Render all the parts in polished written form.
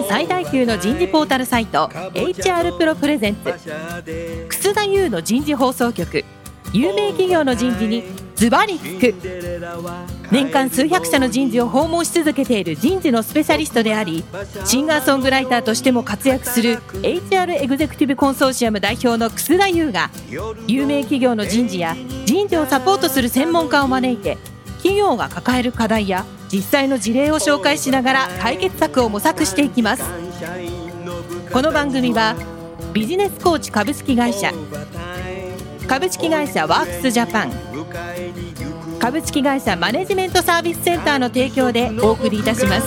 最大級の人事ポータルサイト HR プロプレゼンツ楠田優の人事放送局。有名企業の人事にズバリ聞く。年間数百社の人事を訪問し続けている人事のスペシャリストであり、シンガーソングライターとしても活躍する HR エグゼクティブコンソーシアム代表の楠田優が、有名企業の人事や人事をサポートする専門家を招いて、企業が抱える課題や実際の事例を紹介しながら解決策を模索していきます。この番組はビジネスコーチ株式会社、株式会社ワークスジャパン、株式会社マネジメントサービスセンターの提供でお送りいたします。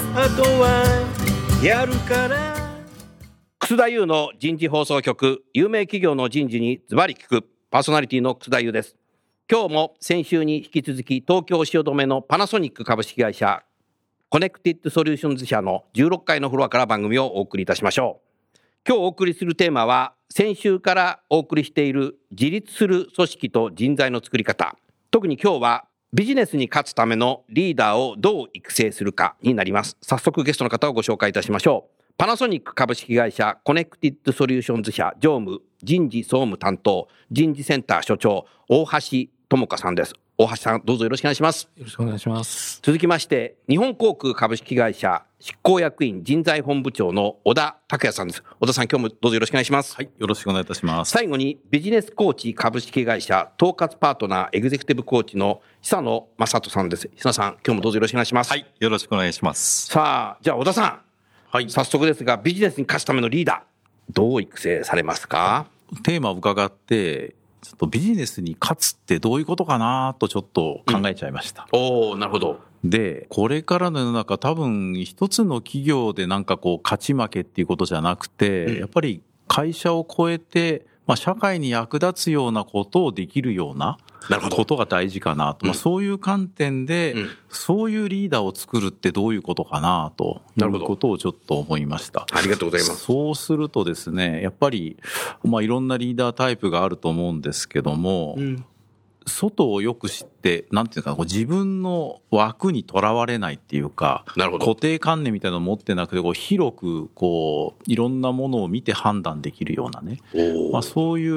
楠田優の人事放送局、有名企業の人事にズバリ聞く。パーソナリティの楠田優です。今日も先週に引き続き、東京汐留のパナソニック株式会社コネクティッドソリューションズ社の16階のフロアから番組をお送りいたしましょう。今日お送りするテーマは、先週からお送りしている自立する組織と人材の作り方。特に今日はビジネスに勝つためのリーダーをどう育成するかになります。早速ゲストの方をご紹介いたしましょう。パナソニック株式会社コネクティッドソリューションズ社常務人事総務担当人事センター所長大橋智香さんです。大橋さん、どうぞよろしくお願いします。 よろしくお願いします。 続きまして、日本航空株式会社執行役員人材本部長の小田拓也さんです。小田さん、今日もどうぞよろしくお願いします。 はい、よろしくお願いいたします。 最後にビジネスコーチ株式会社統括パートナーエグゼクティブコーチの久野正人さんです。久野さん、今日もどうぞよろしくお願いします。 はい、よろしくお願いします。 さあ、じゃあ小田さん、 はい、 早速ですが、ビジネスに勝つためのリーダー、どう育成されますか？ テーマを伺ってちょっとビジネスに勝つってどういうことかなとちょっと考えちゃいました。 おー、なるほど。 で、これからの世の中、多分一つの企業でなんかこう勝ち負けっていうことじゃなくて、やっぱり会社を超えて、社会に役立つようなことをできるようなことが大事かなと。そういう観点で、そういうリーダーを作るってどういうことかなということをちょっと思いました。 ありがとうございます。 そうするとですね、やっぱり、いろんなリーダータイプがあると思うんですけども、外をよく知って、なんていうか、自分の枠にとらわれないっていうか、固定観念みたいなのを持ってなくて、広く、いろんなものを見て判断できるようなね。そういう、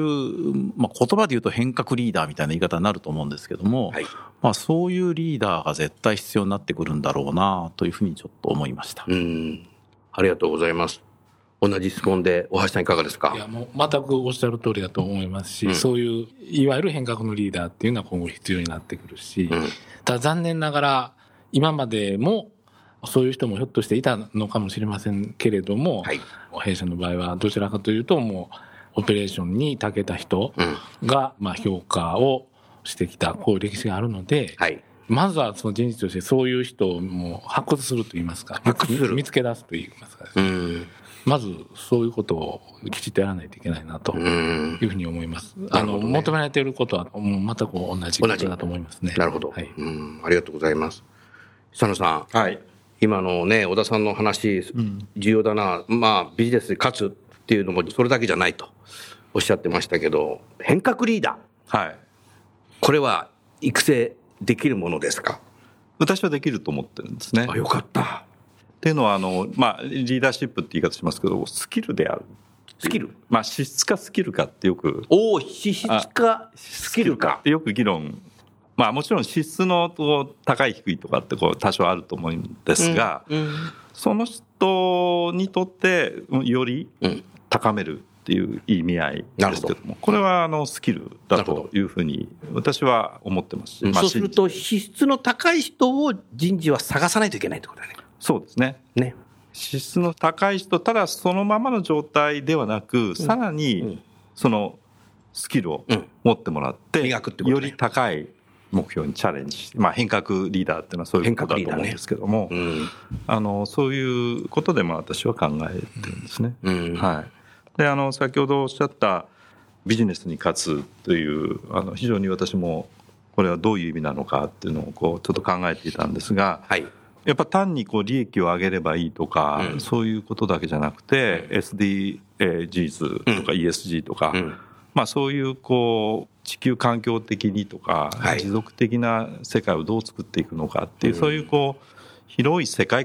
言葉で言うと変革リーダーみたいな言い方になると思うんですけども、はい、そういうリーダーが絶対必要になってくるんだろうな、というふうにちょっと思いました。 ありがとうございます。同じ質問で大橋さんいかがですか？ いや、もう全くおっしゃる通りだと思いますし、そういういわゆる変革のリーダーっていうのは今後必要になってくるし、ただ残念ながら今までもそういう人もひょっとしていたのかもしれませんけれども、弊社の場合はどちらかというともうオペレーションに長けた人が評価をしてきたこういう歴史があるので、まずはその人事としてそういう人をもう発掘するといいますか、見つけ出すといいますか、まずそういうことをきちっとやらないといけないなというふうに思います。求められていることはまた同じことだと思いますね。 なるほど。ありがとうございます。久野さん、今のね、小田さんの話、重要だな。ビジネスで勝つっていうのもそれだけじゃないとおっしゃってましたけど、変革リーダー。これは育成できるものですか？ 私はできると思ってるんですね。 よかった。 っていうのはリーダーシップって言い方しますけど、スキルである。 スキル？ 資質かスキルかってよく。 資質かスキルか。 よく議論。もちろん資質の高い低いとかって多少あると思うんですが、その人にとってより高めるっていう意味合いですけども、これはスキルだというふうに私は思ってますし、 そうすると資質の高い人を人事は探さないといけないってことだね。 そうですね。資質の高い人、ただそのままの状態ではなく、さらにそのスキルを持ってもらって、より高い目標にチャレンジして、変革リーダーっていうのはそういうことだと思うんですけども、そういうことでも私は考えてるんですね。で、先ほどおっしゃったビジネスに勝つという非常に私もこれはどういう意味なのかっていうのをちょっと考えていたんですが、やっぱ単に利益を上げればいいとか、そういうことだけじゃなくて、SDGs とか ESG とか、そういう地球環境的にとか、持続的な世界をどう作っていくのかっていう、そういう広い世界観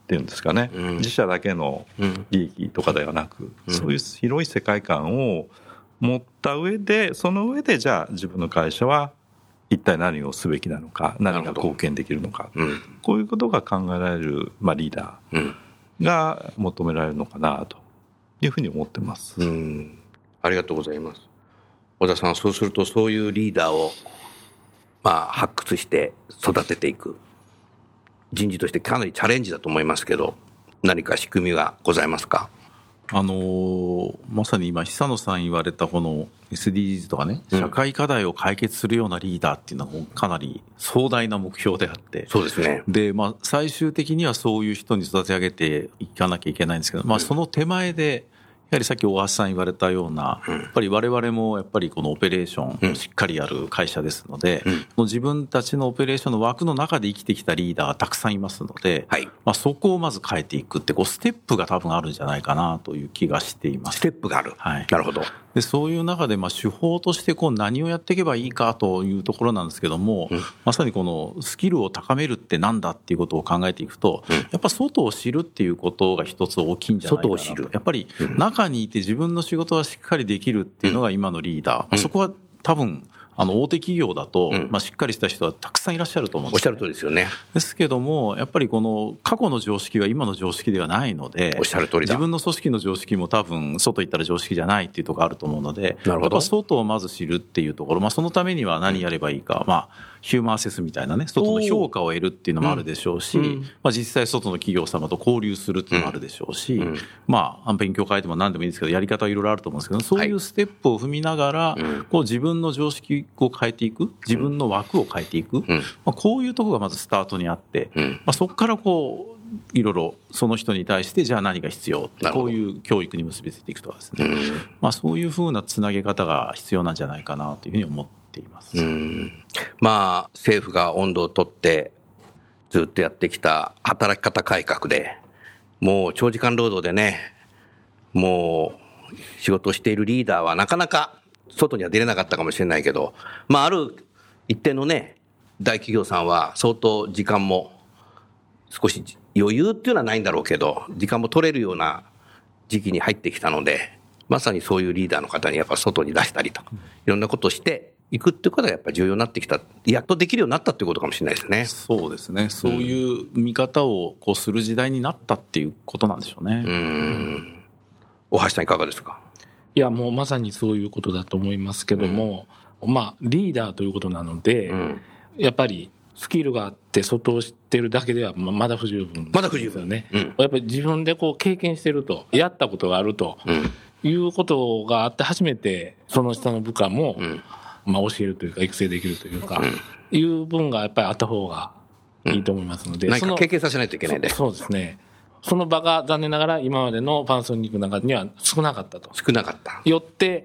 っていうんですかね、自社だけの利益とかではなく、そういう広い世界観を持った上で、その上でじゃあ自分の会社は一体何をすべきなのか、何が貢献できるのか、こういうことが考えられる、リーダーが求められるのかなというふうに思ってます。 ありがとうございます。小田さん、そうするとそういうリーダーを発掘して育てていく人事としてかなりチャレンジだと思いますけど、何か仕組みはございますか？ まさに今久野さん言われたこの SDGs とかね、社会課題を解決するようなリーダーっていうのはかなり壮大な目標であって、 そうですね。 で、最終的にはそういう人に育て上げていかなきゃいけないんですけど、その手前でやはりさっき大橋さん言われたような、やっぱり我々もやっぱりこのオペレーションをしっかりやる会社ですので、自分たちのオペレーションの枠の中で生きてきたリーダーがたくさんいますので、そこをまず変えていくってステップが多分あるんじゃないかなという気がしています。 ステップがある。なるほど。 でそういう中で手法として何をやっていけばいいかというところなんですけども、まさにこのスキルを高めるってなんだっていうことを考えていくと、やっぱ外を知るっていうことが一つ大きいんじゃないかなと。 外を知る。 やっぱり中にいて自分の仕事はしっかりできるっていうのが今のリーダー、そこは多分大手企業だと、しっかりした人はたくさんいらっしゃると思うんです、 おっしゃる通りですよね。 ですけども、やっぱりこの過去の常識は今の常識ではないので、 おっしゃる通りだ。 自分の組織の常識も多分外行ったら常識じゃないっていうところあると思うので、 なるほど。 やっぱ外をまず知るっていうところ、そのためには何やればいいか、ヒューマンアセスみたいなね、外の評価を得るっていうのもあるでしょうし、実際外の企業様と交流するっていうのもあるでしょうし、勉強会でも何でもいいんですけど、やり方はいろいろあると思うんですけど、そういうステップを踏みながら、自分の常識を変えていく、自分の枠を変えていく、こういうところがまずスタートにあって、そこからいろいろその人に対してじゃあ何が必要、こういう教育に結びついていくとかですね、そういうふうなつなげ方が必要なんじゃないかなというふうに思っています。 政府が音頭を取ってずっとやってきた働き方改革で、もう長時間労働でね、もう仕事をしているリーダーはなかなか外には出れなかったかもしれないけど、ある一定のね、大企業さんは相当時間も少し余裕っていうのはないんだろうけど、時間も取れるような時期に入ってきたので、まさにそういうリーダーの方にやっぱ外に出したりとか、いろんなことをしていくっていうことがやっぱり重要になってきた、やっとできるようになったっていうことかもしれないですね。 そうですね。そういう見方をする時代になったっていうことなんでしょうね。 大橋さんいかがですか？ いや、もうまさにそういうことだと思いますけども、リーダーということなので、やっぱりスキルがあって外を知ってるだけではまだ不十分ですよね。やっぱり自分で経験してると、やったことがあるということがあって初めてその下の部下も、教えるというか育成できるというか、いう分がやっぱりあった方がいいと思いますので、 何か経験させないといけないんで。 そうですね。その場が残念ながら今までのパナソニックの中には少なかったと。 少なかった。 よって、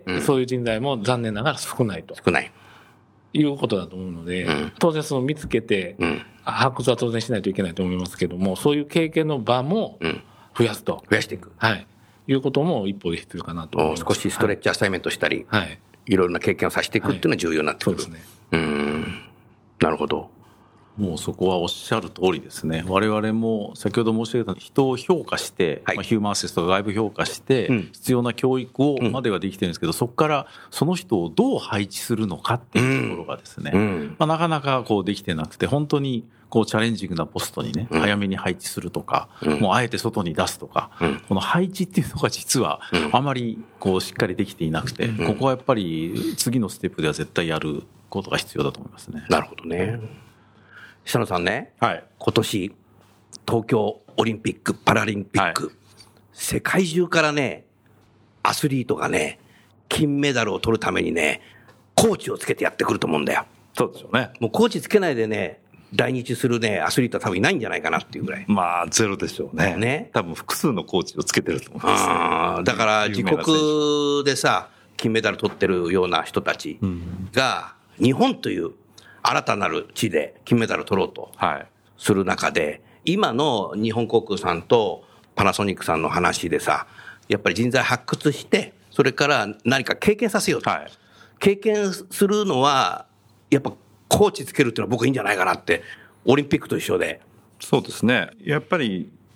そういう人材も残念ながら少ないと。 少ない。 いうことだと思うので、当然その見つけて、発掘は当然しないといけないと思いますけども、そういう経験の場も増やすと。 増やしていく。 いうことも一歩で必要かなと思います。 少しストレッチアサイメントしたり、いろいろな経験をさせていくっていうのは重要になってくる。 そうですね。 なるほど。 もうそこはおっしゃる通りですね。我々も先ほど申し上げた人を評価して、ヒューマンアセスとか外部評価して、必要な教育をまではできてるんですけど、そこからその人をどう配置するのかっていうところがですね、なかなかできてなくて、本当にチャレンジングなポストにね、早めに配置するとか、もうあえて外に出すとか、この配置っていうのが実はあまりしっかりできていなくて、ここはやっぱり次のステップでは絶対やることが必要だと思いますね。 なるほどね。久野さんね、今年東京オリンピック・パラリンピック、世界中からね、アスリートがね、金メダルを取るためにね、コーチをつけてやってくると思うんだよ。 そうですよね。 もうコーチつけないでね、来日するね、アスリートは多分いないんじゃないかなっていうぐらい。 ゼロでしょうね。多分複数のコーチをつけてると思います。 だから自国でさ、金メダル取ってるような人たちが、日本という新たなる地で金メダル取ろうとする中で、今の日本航空さんとパナソニックさんの話でさ、やっぱり人材発掘して、それから何か経験させようと。経験するのは、やっぱコーチつけるっていうのは僕いいんじゃないかなって、オリンピックと一緒で。 そうですね。やっぱり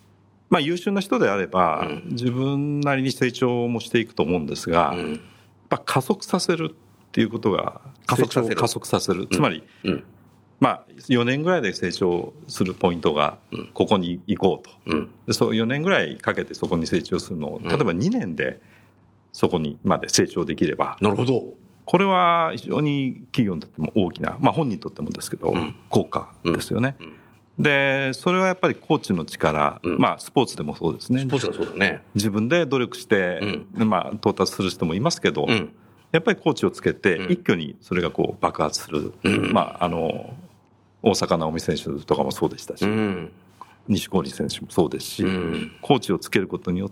まあ、優秀な人であれば、自分なりに成長もしていくと思うんですが、やっぱ加速させるっていうことが、加速させる。つまり、まあ、4年ぐらいで成長するポイントが、ここに行こうと。で、そう4年ぐらいかけてそこに成長するのを、例えば2年でそこにまで成長できれば、 なるほど。 これは非常に企業にとっても大きな、まあ本人にとってもですけど、効果ですよね。で、それはやっぱりコーチの力、まあスポーツでもそうですね。 スポーツはそうだね。 自分で努力して、まあ到達する人もいますけど、やっぱりコーチをつけて一挙にそれがこう爆発する。まあ大坂なおみ選手とかもそうでしたし、西郡選手もそうですし、コーチをつけることによって、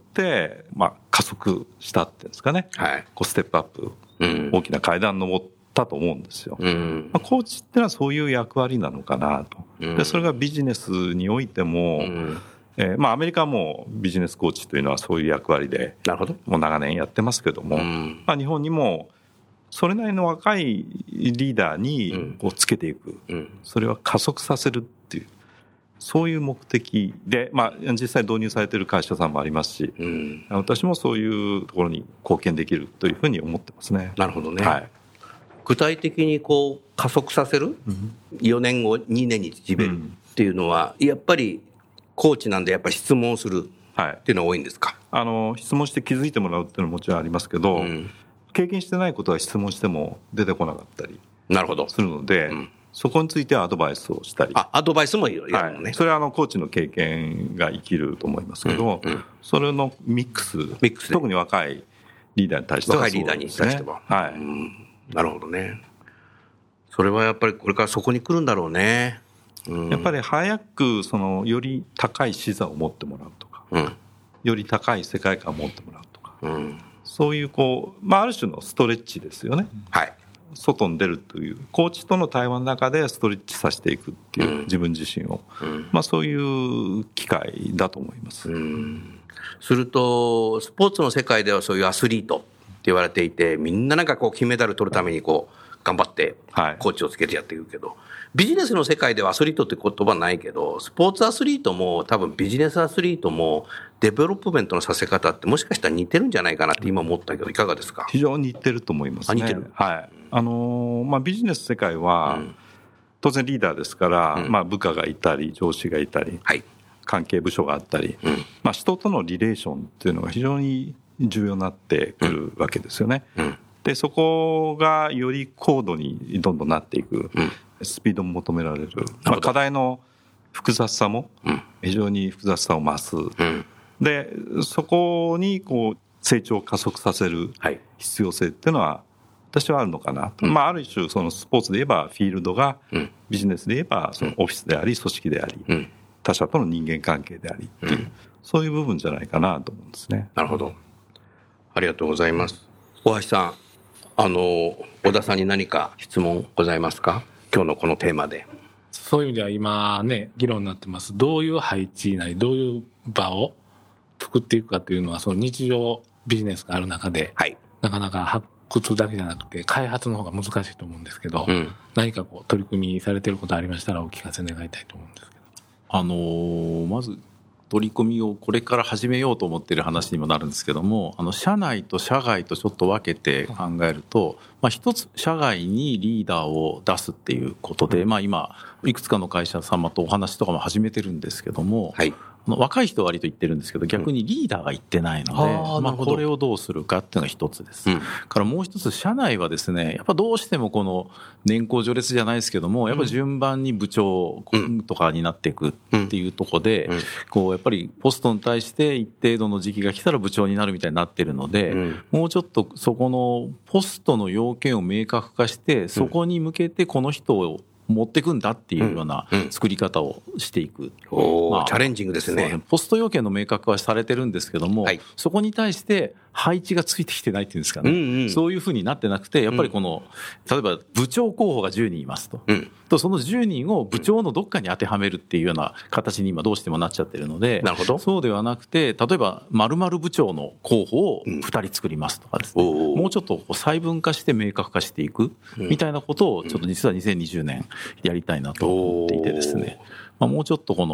まあ加速したっていうんですかね。こうステップアップ、大きな階段登ったと思うんですよ。まあ、コーチってのはそういう役割なのかなと。で、それがビジネスにおいても、まあアメリカはもうビジネスコーチというのはそういう役割で、もう長年やってますけども、まあ日本にもそれなりの若いリーダーにこうつけていく、それは加速させるっていう、そういう目的で、まあ実際導入されている会社さんもありますし、私もそういうところに貢献できるというふうに思ってますね。 なるほどね。具体的にこう加速させる、4年後2年に縮めるっていうのは、やっぱりコーチなんでやっぱり質問するっていうのは多いんですか？ 質問して気づいてもらうっていうのはもちろんありますけど、経験してないことは質問しても出てこなかったりするので、そこについてはアドバイスをしたり。 アドバイスもいるのね。 それはコーチの経験が生きると思いますけど、それのミックス、特に若いリーダーに対してはそうですね。 若いリーダーに対しては。なるほどね。それはやっぱりこれからそこに来るんだろうね。 やっぱり早くより高い視座を持ってもらうとか、より高い世界観を持ってもらうとか、そういうまあある種のストレッチですよね。外に出るという、コーチとの対話の中でストレッチさせていくっていう、自分自身を、まあそういう機会だと思います。 するとスポーツの世界ではそういうアスリートって言われていて、みんななんかこう金メダル取るためにこう頑張ってコーチをつけてやっていくけど、ビジネスの世界ではアスリートって言葉ないけど、スポーツアスリートも多分ビジネスアスリートもデベロップメントのさせ方ってもしかしたら似てるんじゃないかなって今思ったけど、いかがですか？ 非常に似てると思いますね。 似てる。 まあビジネス世界は当然リーダーですから、まあ部下がいたり上司がいたり、関係部署があったり、まあ人とのリレーションっていうのが非常に重要になってくるわけですよね。で、そこがより高度にどんどんなっていく、スピードも求められる、まあ、課題の複雑さも非常に複雑さを増す、でそこにこう成長を加速させる必要性っていうのは私はあるのかなと、まあ、ある種そのスポーツで言えばフィールドが、ビジネスで言えばそのオフィスであり組織であり、他者との人間関係でありっていう、そういう部分じゃないかなと思うんですね。 なるほど、ありがとうございます。大橋さん、小田さんに何か質問ございますか？今日のこのテーマで。 そういう意味では今ね、議論になってます。どういう配置なり、どういう場を作っていくかというのは、その日常ビジネスがある中で、なかなか発掘だけじゃなくて、開発の方が難しいと思うんですけど、何かこう取り組みされていることありましたらお聞かせ願いたいと思うんですけど。 まず、取り組みをこれから始めようと思っている話にもなるんですけども、社内と社外とちょっと分けて考えると、まあ一つ社外にリーダーを出すっていうことで、まあ今いくつかの会社様とお話とかも始めてるんですけども、若い人は割と言ってるんですけど、逆にリーダーが言ってないので、まあこれをどうするかっていうのが一つです。からもう一つ、社内はですね、やっぱどうしてもこの年功序列じゃないですけども、やっぱ順番に部長とかになっていくっていうところで、こうやっぱりポストに対して一定度の時期が来たら部長になるみたいになってるので、もうちょっとそこのポストの要件を明確化して、そこに向けてこの人を持っていくんだっていうような作り方をしていく。 チャレンジングですね。 ポスト要件の明確化はされてるんですけども、そこに対して配置がついてきてないっていうんですかね。そういうふうになってなくて、やっぱりこの、例えば部長候補が10人いますと。その10人を部長のどっかに当てはめるっていうような形に今どうしてもなっちゃってるので、そうではなくて、例えば〇〇部長の候補を2人作りますとかですね、もうちょっと細分化して明確化していくみたいなことをちょっと実は2020年やりたいなと思っていてですね、もうちょっとこの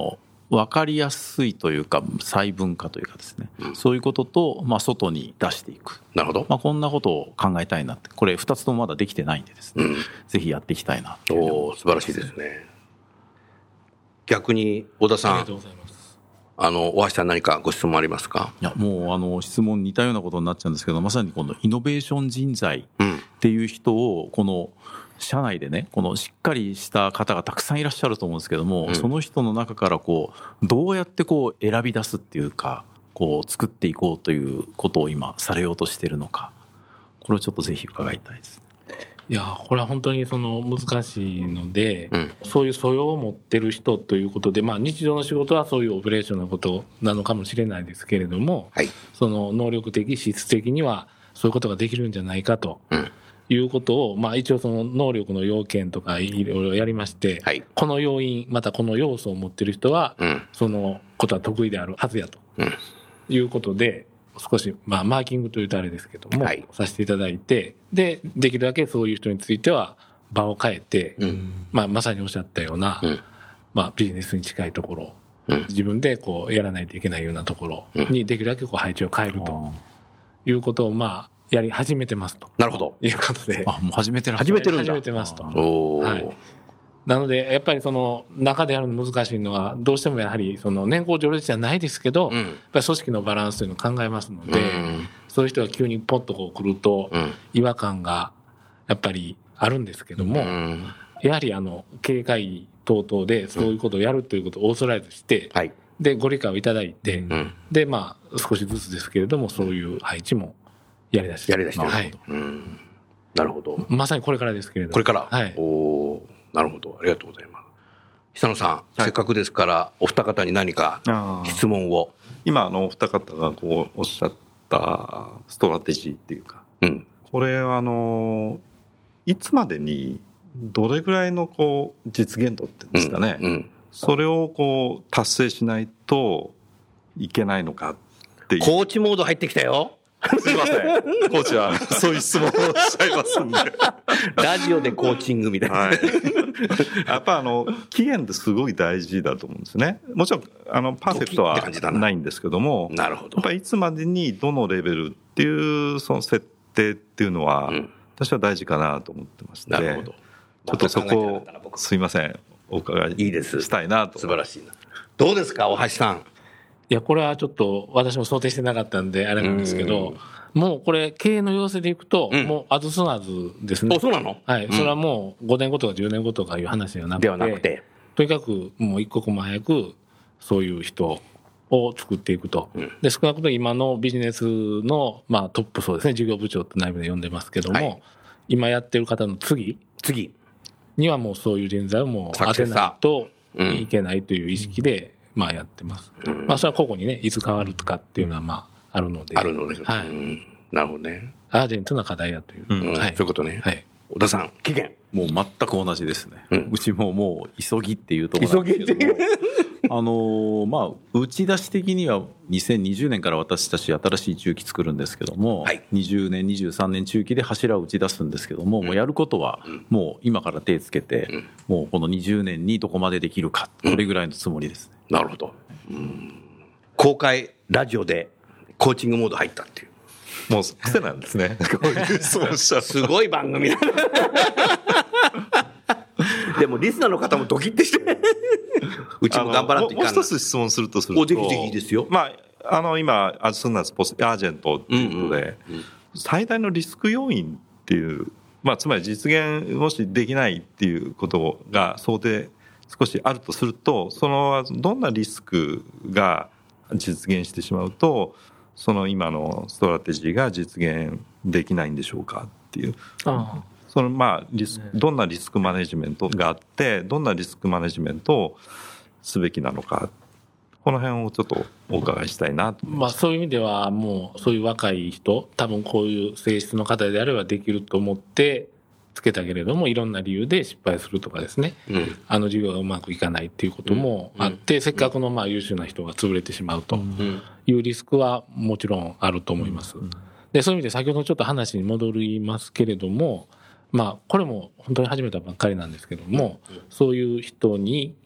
分かりやすいというか細分化というかですね、そういうことと、外に出していく。 なるほど。 こんなことを考えたいなって、これ2つともまだできてないんでですね、ぜひやっていきたいなと。 おー、素晴らしいですね。逆に小田さん、 ありがとうございます。 大橋さん何かご質問ありますか？ いや、もう質問似たようなことになっちゃうんですけど、まさにこのイノベーション人材っていう人をこの社内でね、このしっかりした方がたくさんいらっしゃると思うんですけども、その人の中からどうやって選び出すっていうか、作っていこうということを今されようとしているのか、これをちょっとぜひ伺いたいです。 いや、これは本当に難しいので、そういう素養を持ってる人ということで、日常の仕事はそういうオペレーションのことなのかもしれないですけれども、 はい、 その能力的、質的にはそういうことができるんじゃないかということを、一応その能力の要件とかいろいろやりまして、 はい、 この要因、またこの要素を持ってる人は、そのことは得意であるはずやということで、少し、マーキングというとあれですけども、させていただいて、できるだけそういう人については場を変えて、まさにおっしゃったような、ビジネスに近いところ、自分でやらないといけないようなところにできるだけ配置を変えるということをやり始めてますと。 なるほど。 いうことで。 もう始めてるんだ。 始めてますと。 はい。 なので、やっぱりその中でやるの難しいのは、どうしてもやはりその年功序列じゃないですけど、やっぱり組織のバランスというのを考えますので、そういう人が急にポッと来ると、違和感がやっぱりあるんですけども、やはり経営会議等々でそういうことをやるということをオーソライズして、で、ご理解をいただいて、で、少しずつですけれども、そういう配置もやり出してる。 はい。なるほど。 まさにこれからですけれども。 これから。 はい。 なるほど。ありがとうございます。久野さん、せっかくですから、お二方に何か質問を。 今、お二方がおっしゃったストラテジーっていうか、これはいつまでにどれぐらいの実現度っていうんですかね、それを達成しないといけないのかっていう。 コーチモード入ってきたよ。 すいません。コーチはそういう質問をしちゃいますんで。 ラジオでコーチングみたいな。はい、 やっぱ期限ってすごい大事だと思うんですね。もちろんパーフェクトはないんですけども、 なるほど。 やっぱりいつまでにどのレベルっていうその設定っていうのは、私は大事かなと思ってまして、 なるほど。 ちょっとそこをすいませんお伺いしたいなと。 素晴らしいな。どうですか、大橋さん。 いや、これはちょっと私も想定してなかったんであれなんですけど、もうこれ経営の要請でいくと、もうあずすなずですね。 そうなの？ はい。それはもう5年後とか10年後とかいう話ではなくて、とにかくもう一刻も早くそういう人を作っていくと。で、少なくとも今のビジネスの、トップそうですね、事業部長って内部で呼んでますけども、今やってる方の次にはもうそういう人材をもう当てないといけないという意識で、やってます。それは個々にね、いつ変わるとかっていうのはあるので。 あるので。 はい。 なるほどね。 アージェントな課題だという。 そういうことね。はい。小田さん、期限。 もう全く同じですね。うちもう急ぎっていうところなんですけども。打ち出し的には2020年から私たち新しい中期作るんですけども、20年、23年中期で柱を打ち出すんですけども、もうやることはもう今から手つけて、もうこの20年にどこまでできるか、これぐらいのつもりですね。 なるほど。公開ラジオでコーチングモード入ったっていう。 もう癖なんですね。こういう質問しちゃう。 すごい番組だ。でもリスナーの方もドキッてして。うちも頑張らんといかんな。 もう一つ質問するとすると。 ぜひいいですよ。 今、アズスナーズポスアージェントっていうことで、最大のリスク要因っていう、つまり実現もしできないっていうことが想定少しあるとすると、どんなリスクが実現してしまうと、その今のストラテジーが実現できないんでしょうかっていう。どんなリスクマネジメントがあって、どんなリスクマネジメントをすべきなのか、この辺をちょっとお伺いしたいなと。 そういう意味ではもうそういう若い人、多分こういう性質の方であればできると思ってつけたけれども、いろんな理由で失敗するとかですね、授業がうまくいかないっていうこともあって、せっかくの優秀な人が潰れてしまうというリスクはもちろんあると思います。で、そういう意味で先ほどちょっと話に戻りますけれども、これも本当に始めたばっかりなんですけども、そういう人に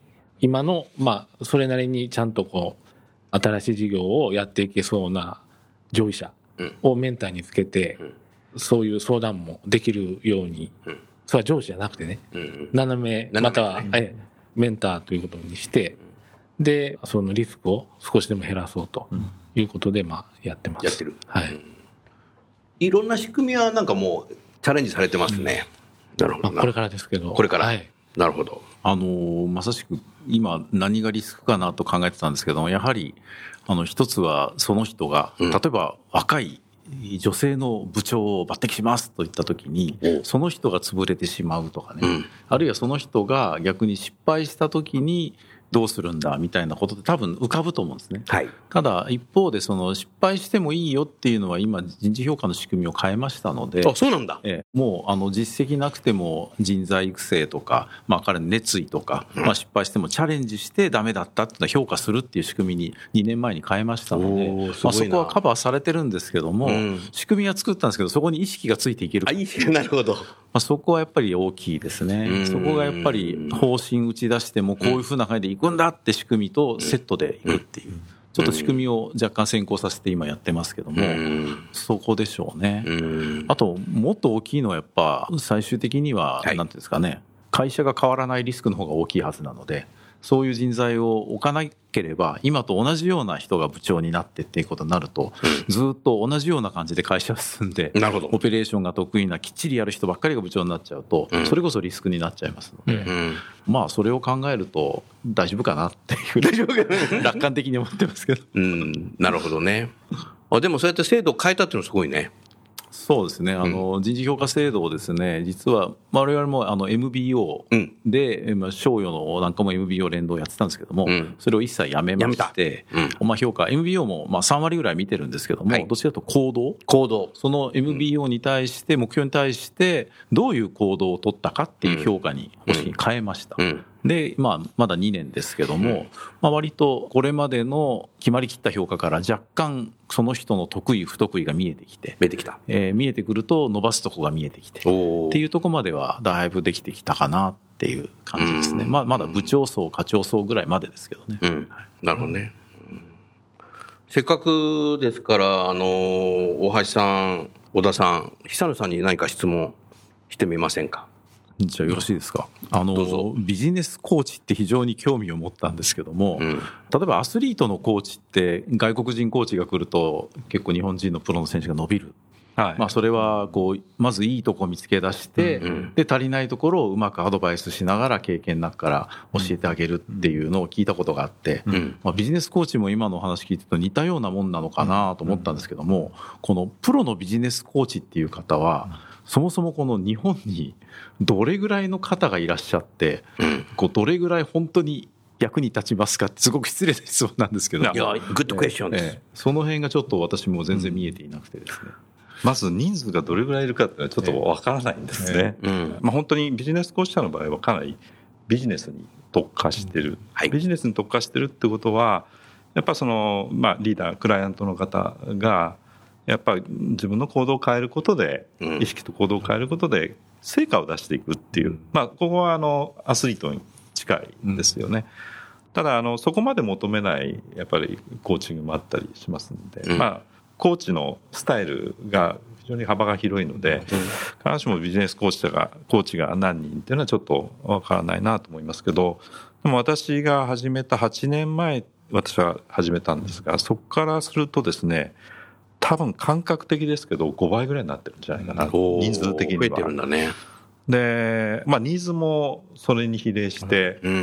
今の、それなりにちゃんとこう、新しい事業をやっていけそうな上位者をメンターにつけて、そういう相談もできるように、それは上司じゃなくてね、斜め、または、メンターということにして、で、そのリスクを少しでも減らそうということで、やってます。 やってる。 はい。 いろんな仕組みはなんかもうチャレンジされてますね。なるほど。 これからですけど。 これから。 はい。 なるほど。 まさしく今何がリスクかなと考えてたんですけども、やはり一つはその人が、例えば若い女性の部長を抜擢しますと言ったときに、その人が潰れてしまうとかね、あるいはその人が逆に失敗したときにどうするんだみたいなことって多分浮かぶと思うんですね。 はい、 ただ一方でその失敗してもいいよっていうのは今人事評価の仕組みを変えましたので、 あ、そうなんだ。 もう実績なくても人材育成とか、彼の熱意とか、失敗してもチャレンジしてダメだったっていうのは評価するっていう仕組みに2年前に変えましたので、そこはカバーされてるんですけども、仕組みは作ったんですけどそこに意識がついていけるか。 なるほど。 そこはやっぱり大きいですね。そこがやっぱり方針打ち出してもこういうふうな感じでいくんだって仕組みとセットでいくっていう、ちょっと仕組みを若干先行させて今やってますけども、そこでしょうね。あともっと大きいのはやっぱ最終的にはなんていうんですかね、会社が変わらないリスクの方が大きいはずなので、そういう人材を置かなければ今と同じような人が部長になってっていうことになると、ずっと同じような感じで会社が進んで、オペレーションが得意なきっちりやる人ばっかりが部長になっちゃうと、それこそリスクになっちゃいますので、それを考えると大丈夫かなっていう楽観的に思ってますけど。 なるほどね。でもそうやって制度を変えたっていうのはすごいね。 そうですね。人事評価制度をですね、実は我々もMBO で、賞与のなんかも MBO 連動やってたんですけども、それを一切やめまして、評価 MBO も3割ぐらい見てるんですけども、どちらかというと行動、その MBO に対して目標に対してどういう行動を取ったかっていう評価に方針に変えました。で、まだ2年ですけども、割とこれまでの決まりきった評価から若干その人の得意不得意が見えてきて、見えてくると伸ばすとこが見えてきてっていうとこまではだいぶできてきたかなっていう感じですね。まだ部長層課長層ぐらいまでですけどね。 なるほどね。せっかくですから大橋さん、小田さん、久野さんに何か質問してみませんか。 じゃあよろしいですか。ビジネスコーチって非常に興味を持ったんですけども、例えばアスリートのコーチって外国人コーチが来ると結構日本人のプロの選手が伸びる。それはまずいいとこ見つけ出して、で足りないところをうまくアドバイスしながら経験の中から教えてあげるっていうのを聞いたことがあって、ビジネスコーチも今のお話聞いてると似たようなもんなのかなと思ったんですけども、このプロのビジネスコーチっていう方はそもそもこの日本にどれぐらいの方がいらっしゃって、どれぐらい本当に役に立ちますかってすごく失礼な質問なんですけど、 いや、グッドクエスチョンです。 その辺がちょっと私も全然見えていなくてですね。 まず人数がどれぐらいいるかっていうのはちょっとわからないんですね。本当にビジネスコーチ者の場合はかなりビジネスに特化してる、ビジネスに特化してるってことはやっぱその、リーダークライアントの方がやっぱり自分の行動を変えることで、意識と行動を変えることで成果を出していくっていう、ここはアスリートに近いんですよね。ただそこまで求めないやっぱりコーチングもあったりしますので、コーチのスタイルが非常に幅が広いので、必ずしもビジネスコーチが何人っていうのはちょっとわからないなと思いますけど、でも私が始めた8年前私は始めたんですが、そこからするとですね、多分感覚的ですけど5倍ぐらいになってるんじゃないかな、人数的には。 増えてるんだね。 で、ニーズもそれに比例して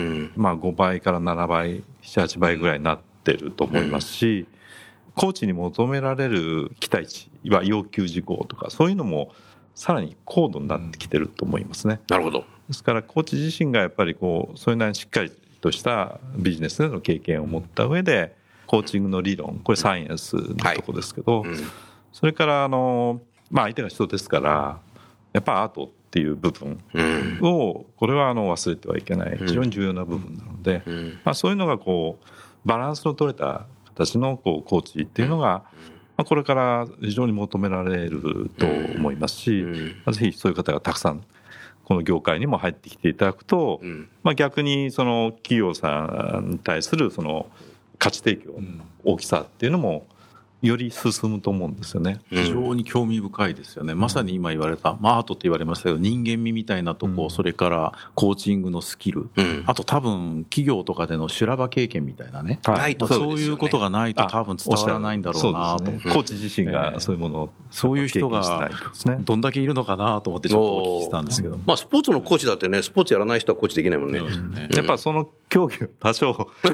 、5倍から7倍、7、8倍ぐらいになってると思いますし、コーチに求められる期待値は要求事項とかそういうのもさらに高度になってきてると思いますね。 なるほど。 ですからコーチ自身がやっぱりそれなりにしっかりとしたビジネスでの経験を持った上でコーチングの理論、これサイエンスのとこですけど、それから相手が人ですからやっぱアートっていう部分をこれは忘れてはいけない非常に重要な部分なので、そういうのがバランスの取れた形のコーチっていうのがこれから非常に求められると思いますし、ぜひそういう方がたくさんこの業界にも入ってきていただくと、逆にその企業さんに対するその価値提供の大きさっていうのもより進むと思うんですよね。 非常に興味深いですよね。まさに今言われた、アートって言われましたけど、人間味みたいなとこ、それからコーチングのスキル、あと多分企業とかでの修羅場経験みたいなね、そういうことがないと多分伝わらないんだろうなと、 コーチ自身がそういうものをそういう人がどんだけいるのかなと思ってちょっとお聞きしたんですけど、 スポーツのコーチだってね、スポーツやらない人はコーチできないもんね。 やっぱその競技多少ル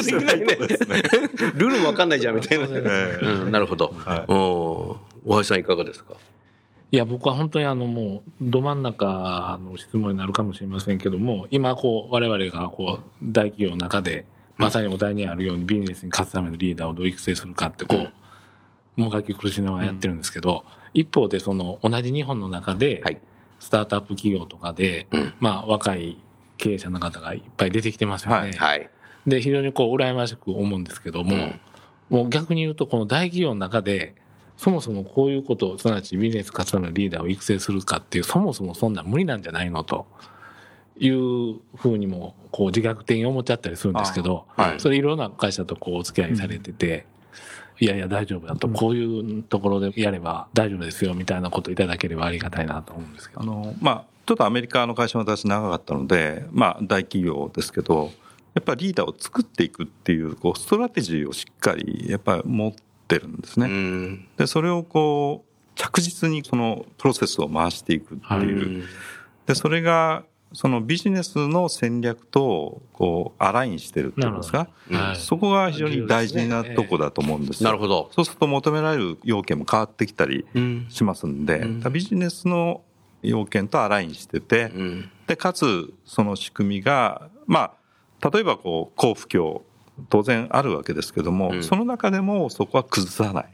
ールも分かんないじゃんみたいな。なるほど。大橋さんいかがですか？ いや、僕は本当にもうど真ん中の質問になるかもしれませんけども、今我々が大企業の中でまさにお題にあるようにビジネスに勝つためのリーダーをどう育成するかってもがき苦しながらやってるんですけど、一方でその同じ日本の中でスタートアップ企業とかで若い経営者の方がいっぱい出てきてますよね。で非常に羨ましく思うんですけども、もう逆に言うとこの大企業の中でそもそもこういうことを、すなわちビジネス勝つためのリーダーを育成するかっていう、そもそもそんな無理なんじゃないのというふうにも自覚的に思っちゃったりするんですけど、それいろんな会社とお付き合いされてて、いやいや大丈夫だと、こういうところでやれば大丈夫ですよみたいなことをいただければありがたいなと思うんですけど、 ちょっとアメリカの会社の私長かったので、大企業ですけど、やっぱりリーダーを作っていくっていうストラテジーをしっかりやっぱり持ってるんですね。でそれを着実にそのプロセスを回していくっていう、でそれがそのビジネスの戦略とアラインしてるっていうんですか、そこが非常に大事なとこだと思うんですよ。 なるほど。 そうすると求められる要件も変わってきたりしますんで、ビジネスの要件とアラインしてて、でかつその仕組みが例えば好不況当然あるわけですけども、その中でもそこは崩さない、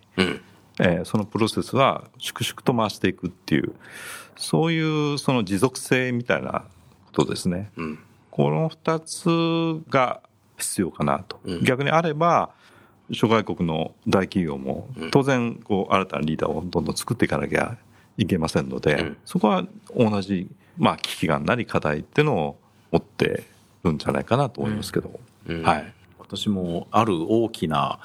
そのプロセスは粛々と回していくっていう、そういうその持続性みたいなことですね。この2つが必要かなと。逆にあれば諸外国の大企業も当然新たなリーダーをどんどん作っていかなきゃいけませんので、そこは同じ危機感なり課題っていうのを持ってるんじゃないかなと思いますけど、 私もある大きな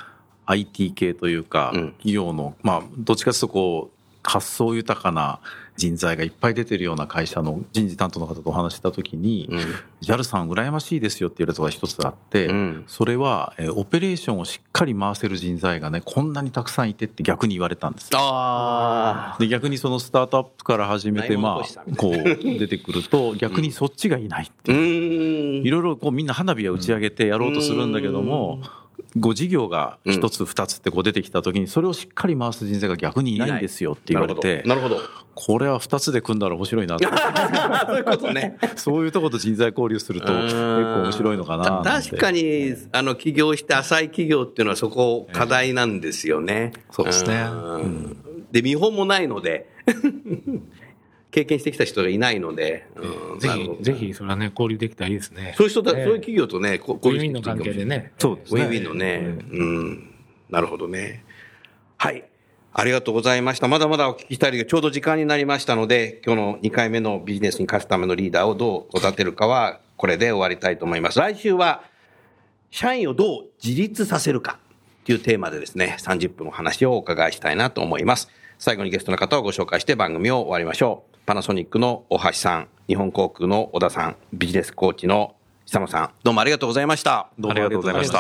IT 系というか、企業のどっちかというと発想豊かな人材がいっぱい出てるような会社の人事担当の方とお話したときに、JAL さん羨ましいですよっていうやつが一つあって、それはオペレーションをしっかり回せる人材がね、こんなにたくさんいてって逆に言われたんですよ。で逆にそのスタートアップから始めて出てくると逆にそっちがいないっていう、いろいろみんな花火を打ち上げてやろうとするんだけども、事業が一つ二つって出てきたときにそれをしっかり回す人材が逆にいないんですよって言われて、 なるほど。 これは二つで組んだら面白いなとそういうことね。 そういうところと人材交流すると結構面白いのかな。 確かに起業して浅い企業っていうのはそこ課題なんですよね。 そうですね。 で見本もないので経験してきた人がいないので、 ぜひそれはね交流できたらいいですね。 そういう人そういう企業とね、 ウィンウィンの関係でね。 そうですね。 ウィンウィンのね、なるほどね。はい、ありがとうございました。まだまだお聞きしたいけどちょうど時間になりましたので、今日の2回目のビジネスに勝つためのリーダーをどう育てるかはこれで終わりたいと思います。来週は社員をどう自立させるかというテーマでですね、30分の話をお伺いしたいなと思います。最後にゲストの方をご紹介して番組を終わりましょう。パナソニックの大橋さん、日本航空の小田さん、ビジネスコーチの久野さん、どうもありがとうございました。 どうもありがとうございました。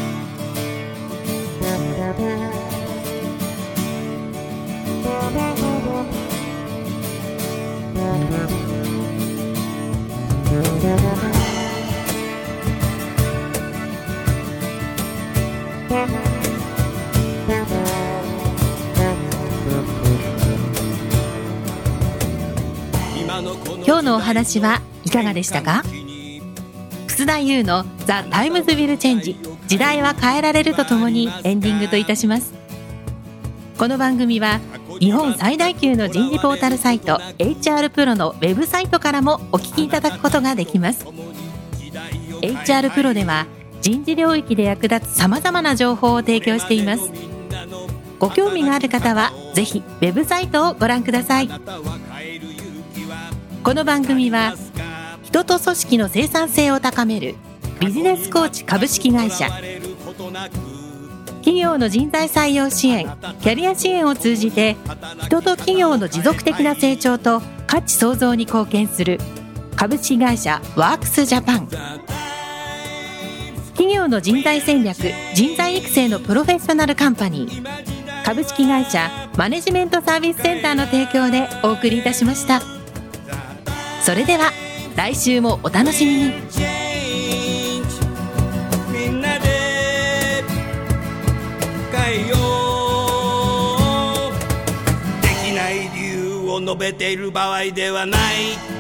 今日のお話はいかがでしたか？楠田優の The Times Will Change 時代は変えられるとともにエンディングといたします。この番組は日本最大級の人事ポータルサイト HR プロのウェブサイトからもお聞きいただくことができます。 HR プロでは人事領域で役立つさまざまな情報を提供しています。ご興味がある方はぜひウェブサイトをご覧ください。 この番組は人と組織の生産性を高めるビジネスコーチ株式会社、企業の人材採用支援・キャリア支援を通じて人と企業の持続的な成長と価値創造に貢献する株式会社ワークスジャパン。企業の人材戦略・人材育成のプロフェッショナルカンパニー株式会社マネジメントサービスセンターの提供でお送りいたしました。それでは来週もお楽しみに。 みんなで変えよう。できない理由を述べている場合ではない。